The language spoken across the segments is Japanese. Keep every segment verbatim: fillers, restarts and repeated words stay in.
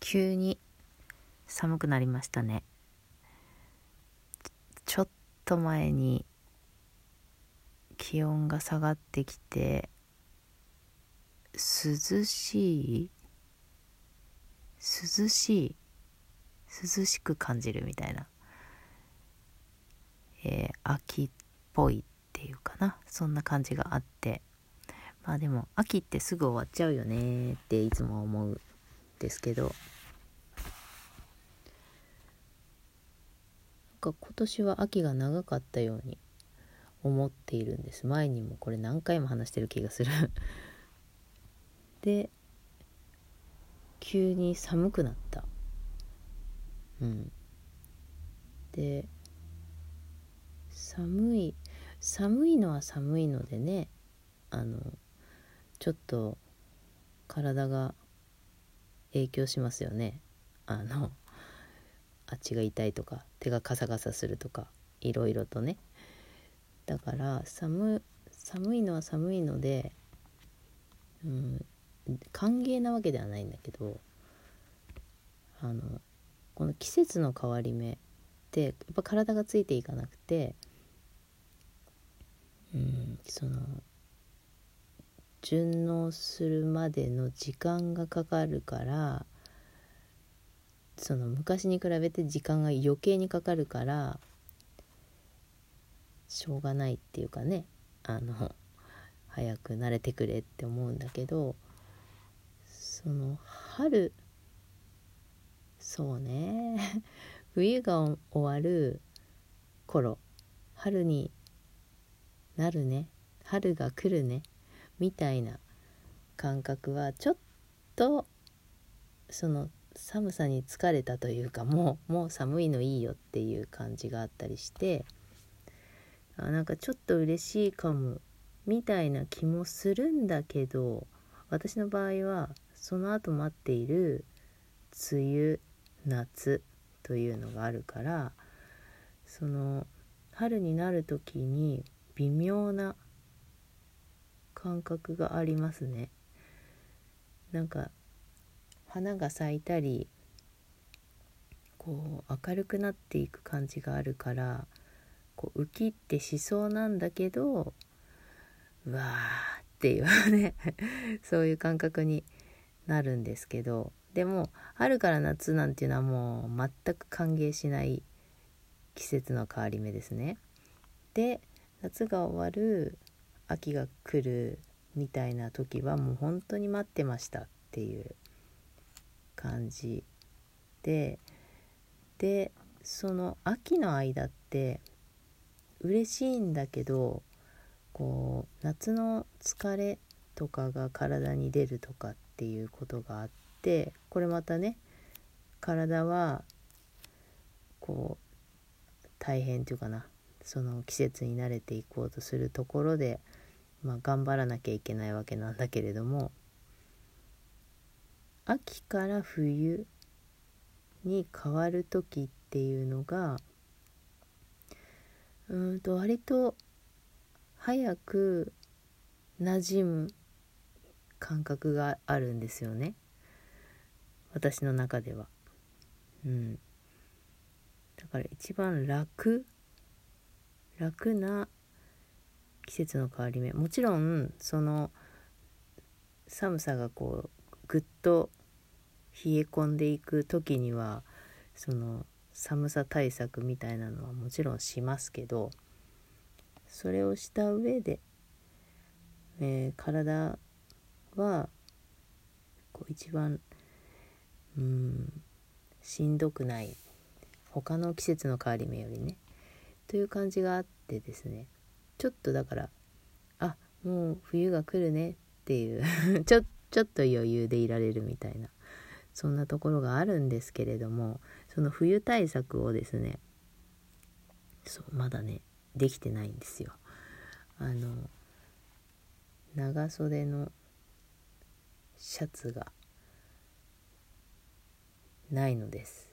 急に寒くなりましたね。ちょっと前に気温が下がってきて涼しい涼しい涼しく感じるみたいな、えー、秋っぽいっていうかな、そんな感じがあって、まあでも秋ってすぐ終わっちゃうよねっていつも思うんですけど、なんか今年は秋が長かったように思っているんです。前にもこれ何回も話してる気がするで急に寒くなった。うんで寒い寒いのは寒いのでね、あのちょっと体が影響しますよね。あのあっちが痛いとか手がカサカサするとかいろいろとね。だから寒寒いのは寒いので、うん、歓迎なわけではないんだけど、あのこの季節の変わり目ってやっぱ体がついていかなくて、うん、その順応するまでの時間がかかるから、その昔に比べて時間が余計にかかるからしょうがないっていうかね、あの早く慣れてくれって思うんだけど、その春そうね冬が終わる頃、春になるね、春が来るねみたいな感覚はちょっとその寒さに疲れたというか、もうもう寒いのいいよっていう感じがあったりして、あなんかちょっと嬉しいかもみたいな気もするんだけど、私の場合はその後待っている梅雨夏というのがあるから、その春になる時に微妙な感覚がありますね。なんか花が咲いたりこう明るくなっていく感じがあるから、こうウキってしそうなんだけど、うわーっていうねそういう感覚になるんですけど、でも春から夏なんていうのはもう全く歓迎しない季節の変わり目ですね。で夏が終わる秋が来るみたいな時はもう本当に待ってましたっていう感じで、でその秋の間って嬉しいんだけど、こう夏の疲れとかが体に出るとかっていうことがあって、これまたね体はこう大変というかな、その季節に慣れていこうとするところで、まあ、頑張らなきゃいけないわけなんだけれども、秋から冬に変わる時っていうのがうーんと割と早く馴染む感覚があるんですよね、私の中では。うん、だから一番楽楽な季節の変わり目、もちろんその寒さがこうぐっと冷え込んでいく時にはその寒さ対策みたいなのはもちろんしますけど、それをした上で、えー、体はこう一番うーんしんどくない、他の季節の変わり目よりねという感じがあってですね、ちょっとだからあもう冬が来るねっていうちょちょっと余裕でいられるみたいな、そんなところがあるんですけれども、その冬対策をですね、そうまだねできてないんですよ。あの長袖のシャツがないのです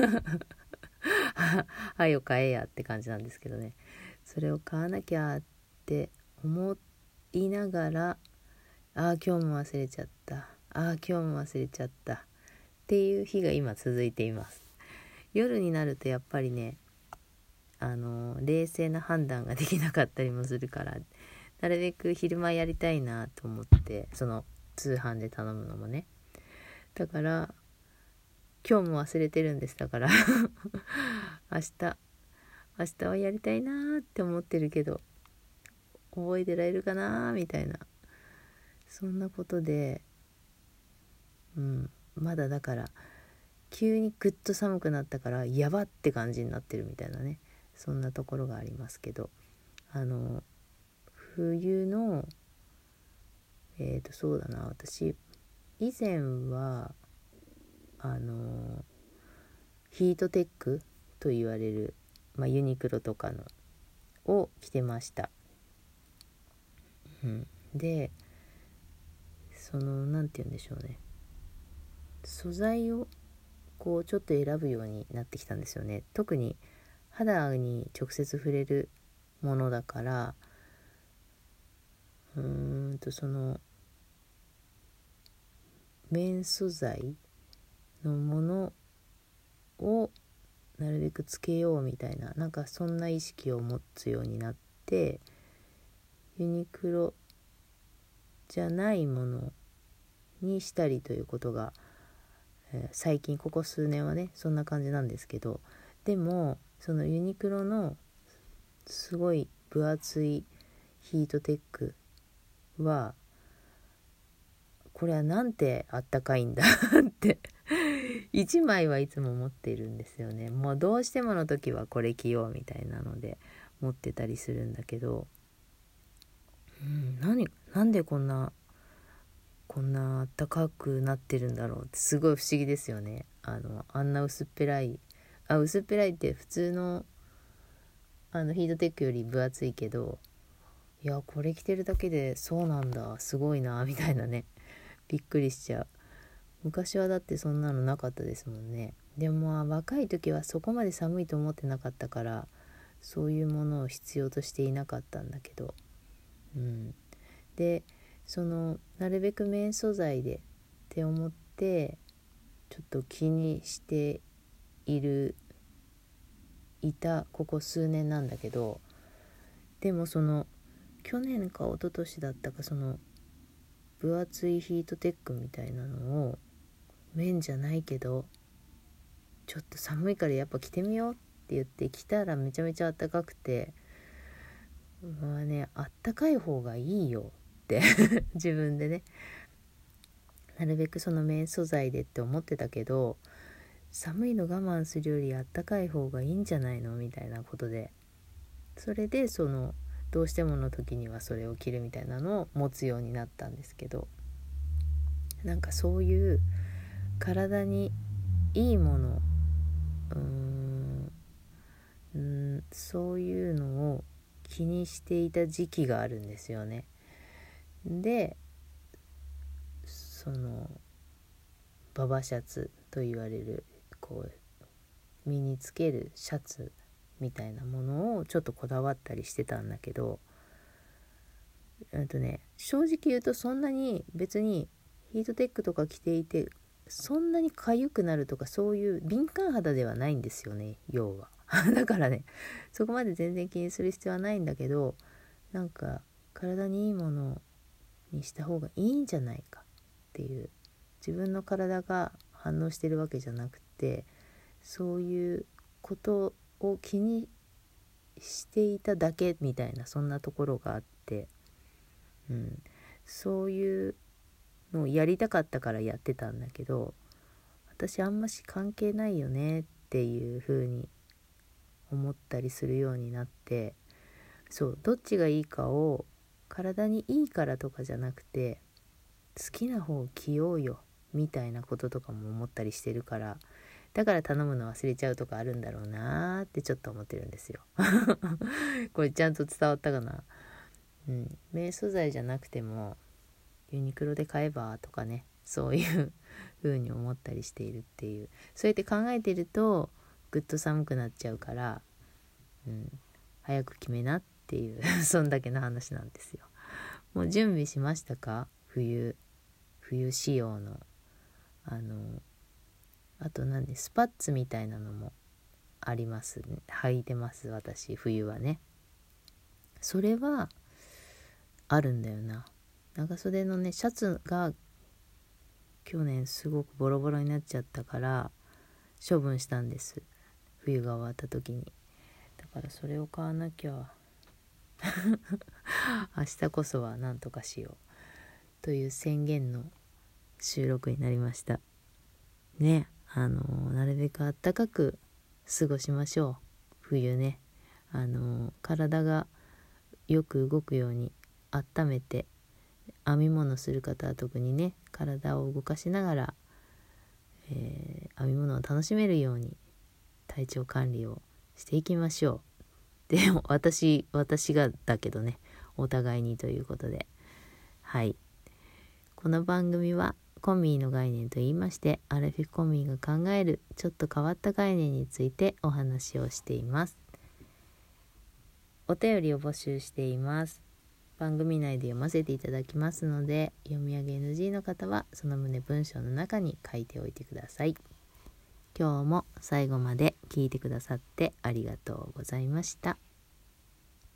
はよ買えやって感じなんですけどね、それを買わなきゃって思いながら、ああ今日も忘れちゃった、ああ今日も忘れちゃったっっていう日が今続いています。夜になるとやっぱりね、あの冷静な判断ができなかったりもするから、なるべく昼間やりたいなと思って、その通販で頼むのもね。だから今日も忘れてるんです。だから明日明日はやりたいなって思ってるけど、覚えてられるかなみたいな、そんなことで、うん、まだだから急にぐっと寒くなったからやばって感じになってるみたいなね、そんなところがありますけど、あの冬のえーとそうだな、私以前はあのヒートテックと言われる、まあ、ユニクロとかのを着てました。うん、でそのなんて言うんでしょうね、素材をこうちょっと選ぶようになってきたんですよね。特に肌に直接触れるものだから、うーんとその綿素材のものをなるべくつけようみたいな、なんかそんな意識を持つようになって、ユニクロじゃないものにしたりということが、えー最近ここ数年はねそんな感じなんですけど、でもそのユニクロのすごい分厚いヒートテックは、これはなんてあったかいんだっていちまいはいつも持っているんですよね。もうどうしてもの時はこれ着ようみたいなので持ってたりするんだけど、うん、何なんでこんなこんなあったかくなってるんだろうってすごい不思議ですよね。あのあんな薄っぺらいあ薄っぺらいって普通のあのヒートテックより分厚いけど、いやこれ着てるだけでそうなんだすごいなみたいなね、びっくりしちゃう。昔はだってそんなのなかったですもんね。でもまあ若い時はそこまで寒いと思ってなかったから、そういうものを必要としていなかったんだけど、うん、でそのなるべく綿素材でって思ってちょっと気にしているいたここ数年なんだけど、でもその去年か一昨年だったか、その分厚いヒートテックみたいなのを綿じゃないけどちょっと寒いからやっぱ着てみようって言って着たらめちゃめちゃ暖かくて、まあね、あったかい方がいいよって自分でね、なるべくその綿素材でって思ってたけど、寒いの我慢するよりあったかい方がいいんじゃないのみたいなことで、それでそのどうしてもの時にはそれを着るみたいなのを持つようになったんですけど、なんかそういう体にいいもの、うーんうーんそういうのを気にしていた時期があるんですよね。でそのババシャツと言われるこう身につけるシャツみたいなものをちょっとこだわったりしてたんだけど、えっとね正直言うとそんなに別にヒートテックとか着ていてそんなに痒くなるとかそういう敏感肌ではないんですよね、要はだからねそこまで全然気にする必要はないんだけど、なんか体にいいものにした方がいいんじゃないかっていう、自分の体が反応してるわけじゃなくて、そういうことを気にしていただけみたいな、そんなところがあって、うん、そういうのをやりたかったからやってたんだけど、私あんまし関係ないよねっていう風に思ったりするようになって、そうどっちがいいかを体にいいからとかじゃなくて好きな方を着ようよみたいなこととかも思ったりしてるから、だから頼むの忘れちゃうとかあるんだろうなーってちょっと思ってるんですよこれちゃんと伝わったかな。うん、綿素材じゃなくてもユニクロで買えばとかね、そういう風に思ったりしているっていう、そうやって考えてるとぐっと寒くなっちゃうから、うん、早く決めなっていうそんだけの話なんですよ。もう準備しましたか？冬冬仕様のあのあと何でスパッツみたいなのもありますね。履いてます私冬はね。それはあるんだよな。長袖のねシャツが去年すごくボロボロになっちゃったから処分したんです。冬が終わった時に。だからそれを買わなきゃ明日こそはなんとかしようという宣言の収録になりましたね。あのなるべくあったかく過ごしましょう。冬ね、あの体がよく動くように温めて、編み物する方は特にね体を動かしながら、えー、編み物を楽しめるように体調管理をしていきましょう。でも私私がだけどね、お互いにということで、はい。この番組はコンビニの概念と言いまして、アラフィフコンビニが考えるちょっと変わった概念についてお話をしています。お便りを募集しています。番組内で読ませていただきますので、読み上げ エヌジー の方はその旨文章の中に書いておいてください。今日も最後まで聞いてくださってありがとうございました。